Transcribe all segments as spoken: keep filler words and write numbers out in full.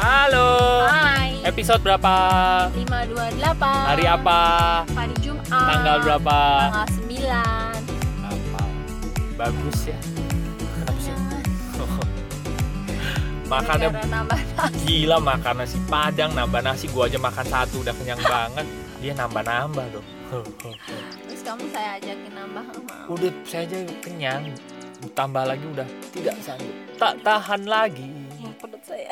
Halo. Hai. Episode berapa? lima dua delapan. Hari apa? Hari Jumat. Tanggal berapa? Tanggal sembilan. Apa? Bagus ya. Kenapa sih? Makannya Gara-gara nambah nasi. gila, makan nasi Padang, nambah nasi. Gua aja makan satu udah kenyang banget. Dia nambah-nambah loh. Terus kamu saya ajakin nambah mau. Udah saya aja kenyang. Tambah lagi udah tidak sanggup. Tak tahan lagi. Hmm, perut saya.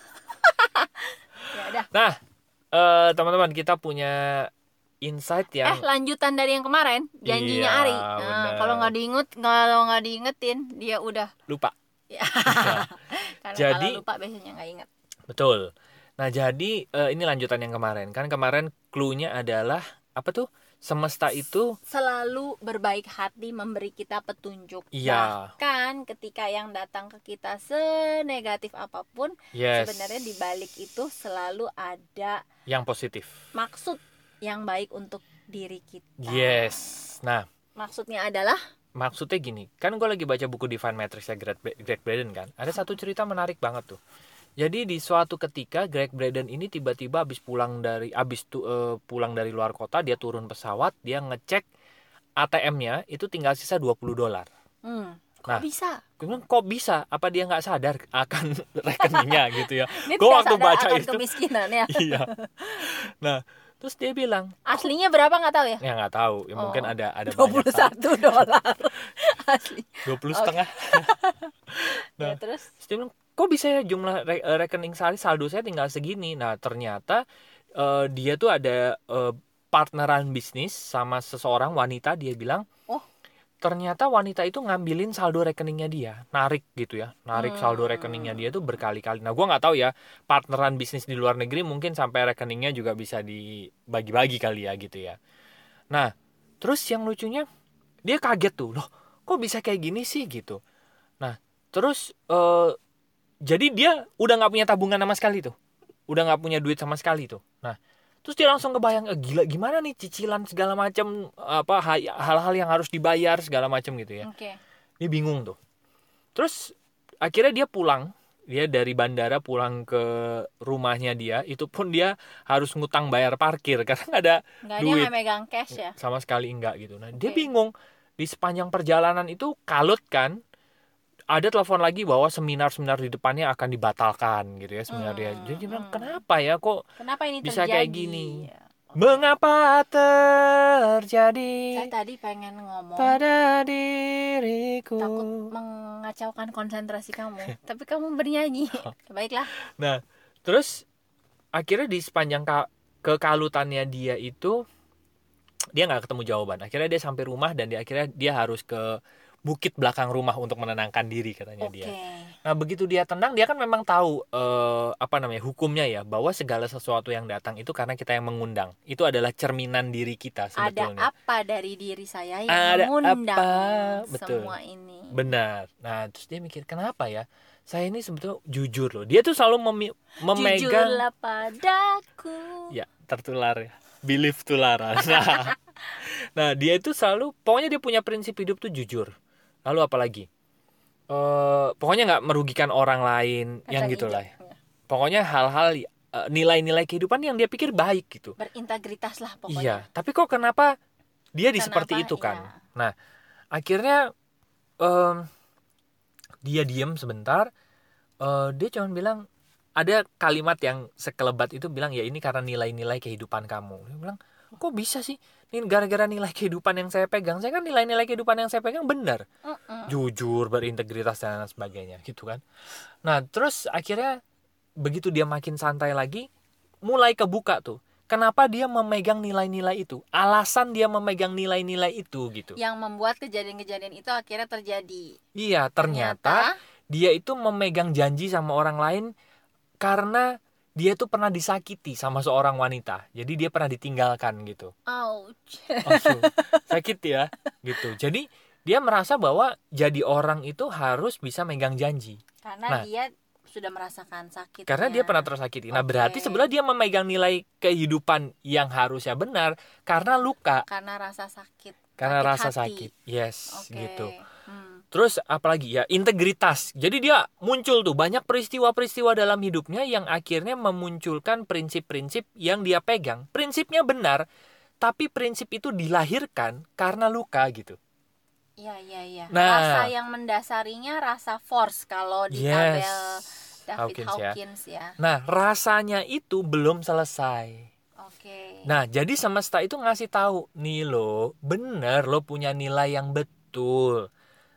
Ya udah. Nah, eh, teman-teman, kita punya insight Eh, yang lanjutan dari yang kemarin, janjinya Iya, Ari. bener. Nah, kalau nggak diinget, kalau nggak diingetin, dia udah. lupa. Ya. Karena Jadi- kalau lupa biasanya nggak inget. Betul. Nah, jadi eh, ini lanjutan yang kemarin. Kan kemarin clue-nya adalah apa tuh? Semesta itu Selalu berbaik hati memberi kita petunjuk. Iya. Bahkan ketika yang datang ke kita senegatif apapun, yes, sebenarnya di balik itu selalu ada yang positif. maksud yang baik untuk diri kita. Yes. Nah, Maksudnya adalah maksudnya gini. Kan gue lagi baca buku Divine Matrix ya Greg Greg Braden kan. Ada satu cerita menarik banget tuh. Jadi di suatu ketika Greg Braden ini tiba-tiba habis pulang dari habis tu, uh, pulang dari luar kota, dia turun pesawat, dia ngecek A T M-nya itu tinggal sisa dua puluh dolar. hmm, kok Nah. bisa? Gue bilang, kok bisa? Apa dia nggak sadar akan rekeningnya gitu ya? Dia Gue tidak waktu sadar baca akan itu, kemiskinan ya. iya. Nah, terus dia bilang, Aslinya berapa nggak tahu ya? ya nggak tahu, ya Oh. mungkin ada ada dua puluh banyak satu dolar. Asli. dua puluh Oke. setengah. Ya, Nah. terus Terus dia bilang, kok bisa ya jumlah re- rekening sehari saldo saya tinggal segini? Nah, ternyata eh, dia tuh ada eh, partneran bisnis sama seseorang wanita. Dia bilang, Oh. ternyata wanita itu ngambilin saldo rekeningnya dia, narik gitu ya, narik Hmm. saldo rekeningnya dia tuh berkali-kali. Nah, gua nggak tahu ya, partneran bisnis di luar negeri mungkin sampai rekeningnya juga bisa dibagi-bagi kali ya gitu ya. Nah, terus yang lucunya dia kaget tuh, loh, kok bisa kayak gini sih gitu. Nah, terus eh, jadi dia udah nggak punya tabungan sama sekali tuh, udah nggak punya duit sama sekali tuh. Nah, terus dia langsung kebayang, eh, gila gimana nih cicilan segala macam, apa ha- hal-hal yang harus dibayar segala macam gitu ya. oke. Dia bingung tuh. Terus akhirnya dia pulang, dia dari bandara pulang ke rumahnya dia, itu pun dia harus ngutang bayar parkir karena nggak ada Nggak ada duit. yang megang cash ya? sama sekali enggak gitu. Nah, dia Oke. bingung. Di sepanjang perjalanan itu kalut kan, ada telepon lagi bahwa seminar-seminar di depannya akan dibatalkan gitu ya sebenarnya. Hmm, Jadi dia bilang, hmm. kenapa ya kok Kenapa ini bisa terjadi? kayak gini? Ya. mengapa Saya terjadi tadi pengen ngomong pada diriku? takut mengacaukan konsentrasi kamu, tapi kamu bernyanyi. Baiklah. Nah, terus akhirnya di sepanjang ka- kekalutannya dia itu dia nggak ketemu jawaban. Akhirnya dia sampai rumah dan dia akhirnya dia harus ke bukit belakang rumah untuk menenangkan diri katanya Oke. dia. Nah, begitu dia tenang, dia kan memang tahu eh, apa namanya hukumnya ya, bahwa segala sesuatu yang datang itu karena kita yang mengundang. Itu adalah cerminan diri kita Ada sebetulnya. apa dari diri saya yang Ada mengundang apa? Betul. semua ini? Benar. Nah, terus dia mikir, kenapa ya? Saya ini sebetulnya jujur loh. Dia tuh selalu memi- memegang. Jujurlah padaku. Ya, tertular ya. Belief tularan. Nah, nah, dia itu selalu, pokoknya dia punya prinsip hidup tuh jujur. Lalu apa lagi? Eh, pokoknya nggak merugikan orang lain, yang Kacang gitulah. hijau. Pokoknya hal-hal eh, nilai-nilai kehidupan yang dia pikir baik gitu. Berintegritas lah pokoknya. Iya, tapi kok kenapa dia di Kenapa? seperti itu kan? Iya. Nah, akhirnya em, dia diam sebentar. Eh, dia cuma bilang, ada kalimat yang sekelebat itu bilang, ya ini karena nilai-nilai kehidupan kamu. Dia bilang, kok bisa sih? Ini gara-gara nilai kehidupan yang saya pegang. Saya kan nilai-nilai kehidupan yang saya pegang benar. Mm-mm. Jujur, berintegritas dan lain sebagainya gitu kan. Nah, terus akhirnya begitu dia makin santai lagi, mulai kebuka tuh. Kenapa dia memegang nilai-nilai itu? Alasan dia memegang nilai-nilai itu gitu. Yang membuat kejadian-kejadian itu akhirnya terjadi. Iya, ternyata dia itu memegang janji sama orang lain karena dia tuh pernah disakiti sama seorang wanita. Jadi dia pernah ditinggalkan gitu. Ouch. Langsung sakit ya gitu. Jadi dia merasa bahwa jadi orang itu harus bisa megang janji. Karena Nah. dia sudah merasakan sakit. Karena dia pernah tersakiti. Nah, Oke. berarti sebenarnya dia memegang nilai kehidupan yang harusnya benar karena luka, Karena rasa sakit. karena sakit rasa hati. sakit. Yes, Oke. gitu. Hmm. Terus apalagi ya, integritas. Jadi dia muncul tuh banyak peristiwa-peristiwa dalam hidupnya yang akhirnya memunculkan prinsip-prinsip yang dia pegang. Prinsipnya benar, tapi prinsip itu dilahirkan karena luka gitu. Iya, iya, iya. Nah. Rasa yang mendasarinya rasa force kalau di Yes. tabel David Hawkins, ya. Hawkins ya. Nah, rasanya itu belum selesai. Oke. Nah, jadi semesta itu ngasih tahu, nih lo, bener lo punya nilai yang betul.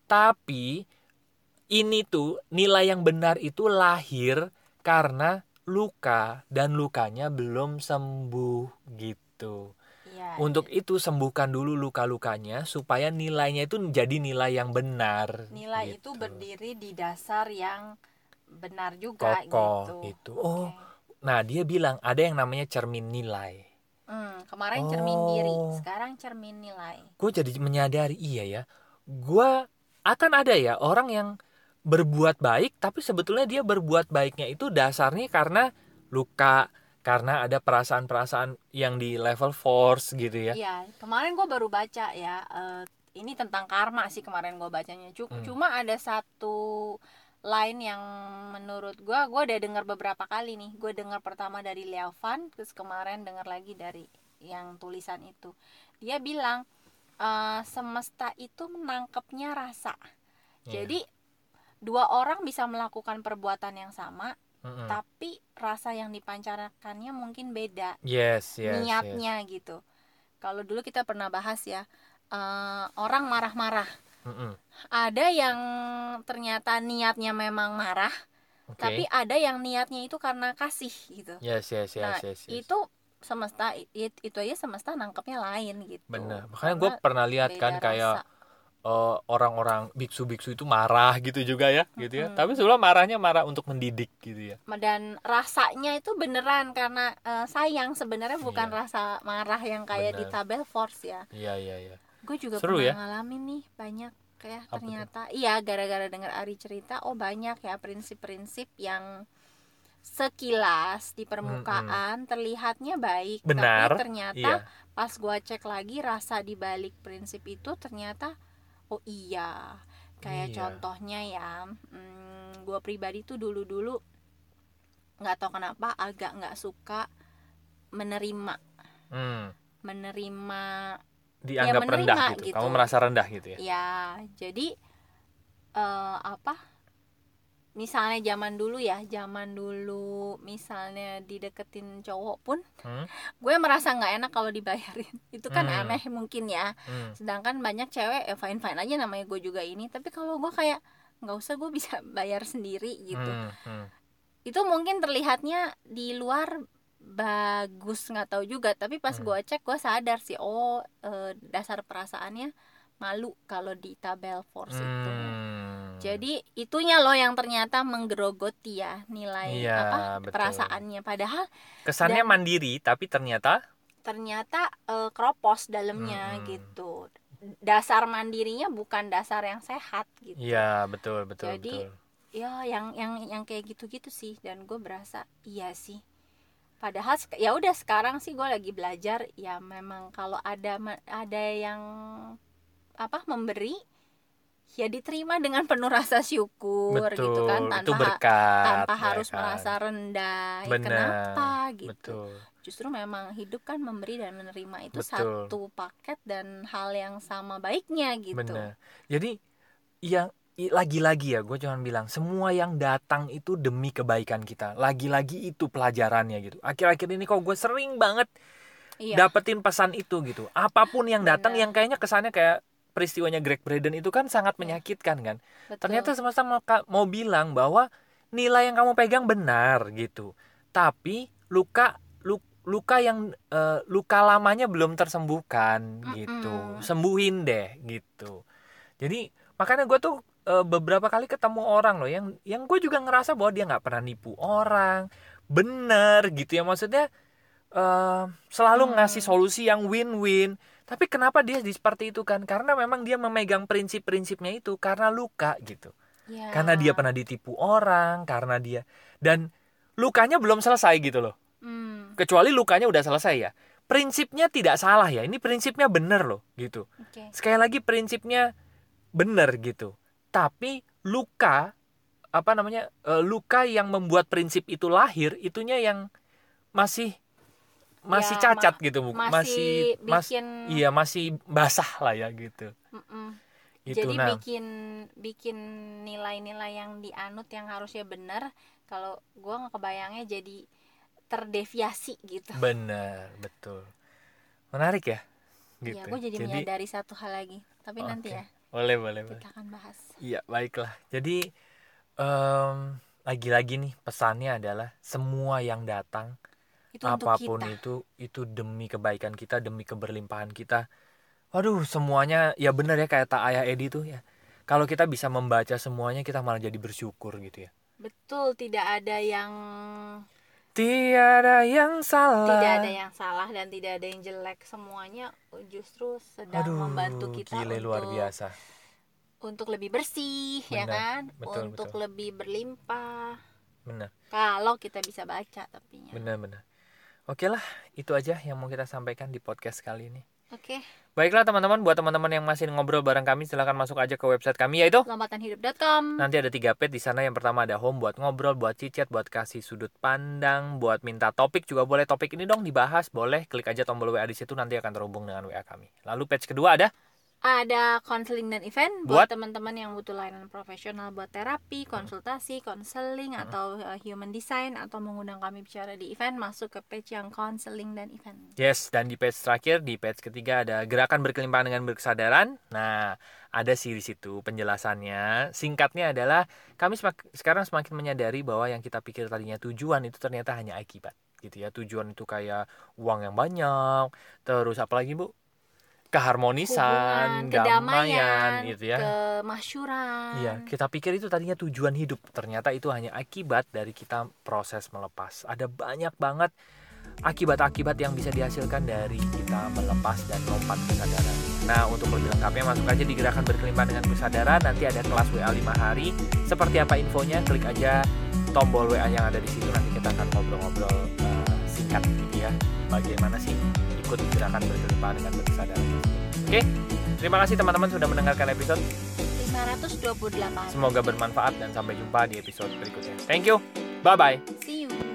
Tapi ini tuh nilai yang benar itu lahir karena luka dan lukanya belum sembuh gitu. Iya. Untuk itu sembuhkan dulu luka-lukanya supaya nilainya itu jadi nilai yang benar. Nilai itu gitu. berdiri di dasar yang benar juga Kokoh gitu. gitu. Oh, Oke. nah dia bilang ada yang namanya cermin nilai. Hmm, kemarin cermin diri, Oh. sekarang cermin nilai. Gue jadi menyadari, iya ya, gue akan ada ya orang yang berbuat baik tapi sebetulnya dia berbuat baiknya itu dasarnya karena luka, karena ada perasaan-perasaan yang di level force gitu ya. Iya, kemarin gue baru baca ya, eh, ini tentang karma sih kemarin gue bacanya. Cuma, Hmm. cuma ada satu line yang menurut gue, gue udah dengar beberapa kali nih. Gue dengar pertama dari Leovan, terus kemarin dengar lagi dari yang tulisan itu. Dia bilang eh, semesta itu menangkapnya rasa. Iya. Jadi dua orang bisa melakukan perbuatan yang sama, Mm-mm. tapi rasa yang dipancarkannya mungkin beda. Yes, yes, Niatnya gitu. Kalau dulu kita pernah bahas ya, eh, orang marah-marah. Mm-mm. Ada yang ternyata niatnya memang marah, Oke. tapi ada yang niatnya itu karena kasih gitu. Yes, yes, yes, Nah, yes, yes. itu semesta it- itu aja semesta nangkepnya lain gitu. Benar. Makanya gue Karena pernah lihat beda kan kayak rasa. eh, orang-orang biksu-biksu itu marah gitu juga ya, gitu ya. Mm-mm. Tapi sebenarnya marahnya marah untuk mendidik gitu ya. Dan rasanya itu beneran karena eh, sayang, sebenarnya bukan Iya. rasa marah yang kayak di Benar. tabel force ya. Iya, iya, iya. Gue juga Seru pernah ya? ngalamin nih banyak kayak Apa ternyata iya, gara-gara dengar Ari cerita, oh banyak ya prinsip-prinsip yang sekilas di permukaan terlihatnya baik, Benar. tapi ternyata Iya. pas gue cek lagi rasa di balik prinsip itu ternyata oh iya. Kayak Iya. contohnya ya, hmm, gue pribadi tuh dulu-dulu nggak tahu kenapa agak nggak suka menerima Hmm. menerima Dianggap menerima rendah gitu. gitu. Kamu merasa rendah gitu ya? ya. Jadi eh, apa misalnya zaman dulu ya zaman dulu misalnya dideketin cowok pun Hmm? gue merasa nggak enak kalau dibayarin. Itu kan Hmm. aneh mungkin ya. Hmm. Sedangkan banyak cewek ya fine fine aja, namanya gue juga ini, tapi kalau gue kayak nggak usah, gue bisa bayar sendiri gitu. Hmm. Hmm. Itu mungkin terlihatnya di luar bagus, nggak tahu juga, tapi pas Hmm. gue cek gue sadar sih, oh eh, dasar perasaannya malu kalau di tabel force itu. Hmm. Jadi itunya loh yang ternyata menggerogoti ya nilai Iya, apa betul. perasaannya, padahal Kesannya dan- mandiri tapi ternyata ternyata eh, kropos dalamnya Mm-mm. gitu. Dasar mandirinya bukan dasar yang sehat gitu. iya, betul, betul, Jadi, betul. Ya yang yang yang kayak gitu-gitu sih, dan gue berasa iya sih. Padahal sek- ya udah sekarang sih gue lagi belajar ya, memang kalau ada ma- ada yang apa memberi ya diterima dengan penuh rasa syukur Betul, gitu kan, itu tanpa ha- berkat. tanpa ya harus kan? merasa rendah. Ya, Benar, kenapa gitu? Betul. Justru memang hidup kan memberi dan menerima itu Betul. satu paket dan hal yang sama baiknya gitu. Benar. Jadi yang i- lagi-lagi ya, gue cuma bilang semua yang datang itu demi kebaikan kita. Lagi-lagi itu pelajarannya gitu. Akhir-akhir ini kok gue sering banget Iya. dapetin pesan itu gitu. Apapun yang datang Benar. yang kayaknya kesannya kayak peristiwanya Greg Braden itu kan sangat menyakitkan kan. Betul. Ternyata semesta mau, mau bilang bahwa nilai yang kamu pegang benar gitu. Tapi luka lu- luka yang eh, luka lamanya belum tersembuhkan gitu. Mm-mm. Sembuhin deh gitu. Jadi makanya gue tuh eh, beberapa kali ketemu orang loh yang yang gue juga ngerasa bahwa dia nggak pernah nipu orang, bener gitu ya, maksudnya eh, selalu Hmm. ngasih solusi yang win-win. Tapi kenapa dia di seperti itu kan? Karena memang dia memegang prinsip-prinsipnya itu karena luka gitu. Ya. Karena dia pernah ditipu orang, karena dia dan lukanya belum selesai gitu loh. Hmm, Kecuali lukanya udah selesai ya. Prinsipnya tidak salah ya. Ini prinsipnya bener loh gitu. oke. Sekali lagi prinsipnya bener gitu. Tetapi luka apa namanya uh, luka yang membuat prinsip itu lahir, itunya yang masih masih Ya, cacat ma- gitu, Bu. masih masih mas, bikin- iya masih basah lah ya gitu. Mm-mm. Gitu. Jadi Nah, bikin bikin nilai-nilai yang dianut yang harusnya benar, kalau gue nggak kebayangnya jadi terdeviasi gitu. benar, betul. Menarik ya? Gitu. Ya, gue jadi, menyadari satu hal lagi, tapi Oke. nanti ya Boleh, boleh, boleh. kita akan bahas. Iya, baiklah. Jadi em, lagi-lagi nih pesannya adalah semua yang datang Itu untuk apapun kita. itu itu demi kebaikan kita, demi keberlimpahan kita. Waduh, semuanya ya benar ya kayak tak ayah Edi tuh ya. Kalau kita bisa membaca semuanya, kita malah jadi bersyukur gitu ya. Betul, tidak ada yang Tiada yang salah. tidak ada yang salah dan tidak ada yang jelek, semuanya justru sedang Aduh, membantu kita gile untuk luar biasa. untuk lebih bersih, ya Benar, kan, betul, untuk betul. lebih berlimpah. Benar, Kalau kita bisa baca, tapinya. benar, benar. Oke lah, itu aja yang mau kita sampaikan di podcast kali ini. Oke, Baiklah teman-teman, buat teman-teman yang masih ngobrol bareng kami, silahkan masuk aja ke website kami yaitu lompatanhidup dot com. nanti ada tiga page di sana. Yang pertama ada home buat ngobrol, buat chit-chat, buat kasih sudut pandang, buat minta topik juga boleh. Topik ini dong dibahas, boleh. Klik aja tombol W A di situ, nanti akan terhubung dengan W A kami. Lalu page kedua ada Ada konseling dan event Buat? buat teman-teman yang butuh layanan profesional buat terapi, konsultasi, konseling, atau uh, human design, atau mengundang kami bicara di event, masuk ke page yang konseling dan event. yes, dan di page terakhir, di page ketiga ada gerakan berkelimpahan dengan berkesadaran. Nah, ada sih di situ penjelasannya. Singkatnya adalah kami semak- sekarang semakin menyadari bahwa yang kita pikir tadinya tujuan itu ternyata hanya akibat, gitu ya. Tujuan itu kayak uang yang banyak, terus apalagi Bu? Keharmonisan, Hubungan, damaian, kedamaian, gitu ya. kemasyuran. Iya, kita pikir itu tadinya tujuan hidup. Ternyata itu hanya akibat dari kita proses melepas. Ada banyak banget akibat-akibat yang bisa dihasilkan dari kita melepas dan lompat kesadaran. Nah, untuk lebih lengkapnya masuk aja di gerakan berkelimpahan dengan kesadaran. Nanti ada kelas W A lima hari. Seperti apa infonya? Klik aja tombol W A yang ada di situ. Nanti kita akan ngobrol-ngobrol uh, singkat gitu ya. Bagaimana sih ikut gerakan berkelimpahan dengan berkesadaran. Oke, terima kasih teman-teman sudah mendengarkan episode. lima ratus dua puluh delapan. Semoga bermanfaat dan sampai jumpa di episode berikutnya. Thank you. Bye-bye. See you.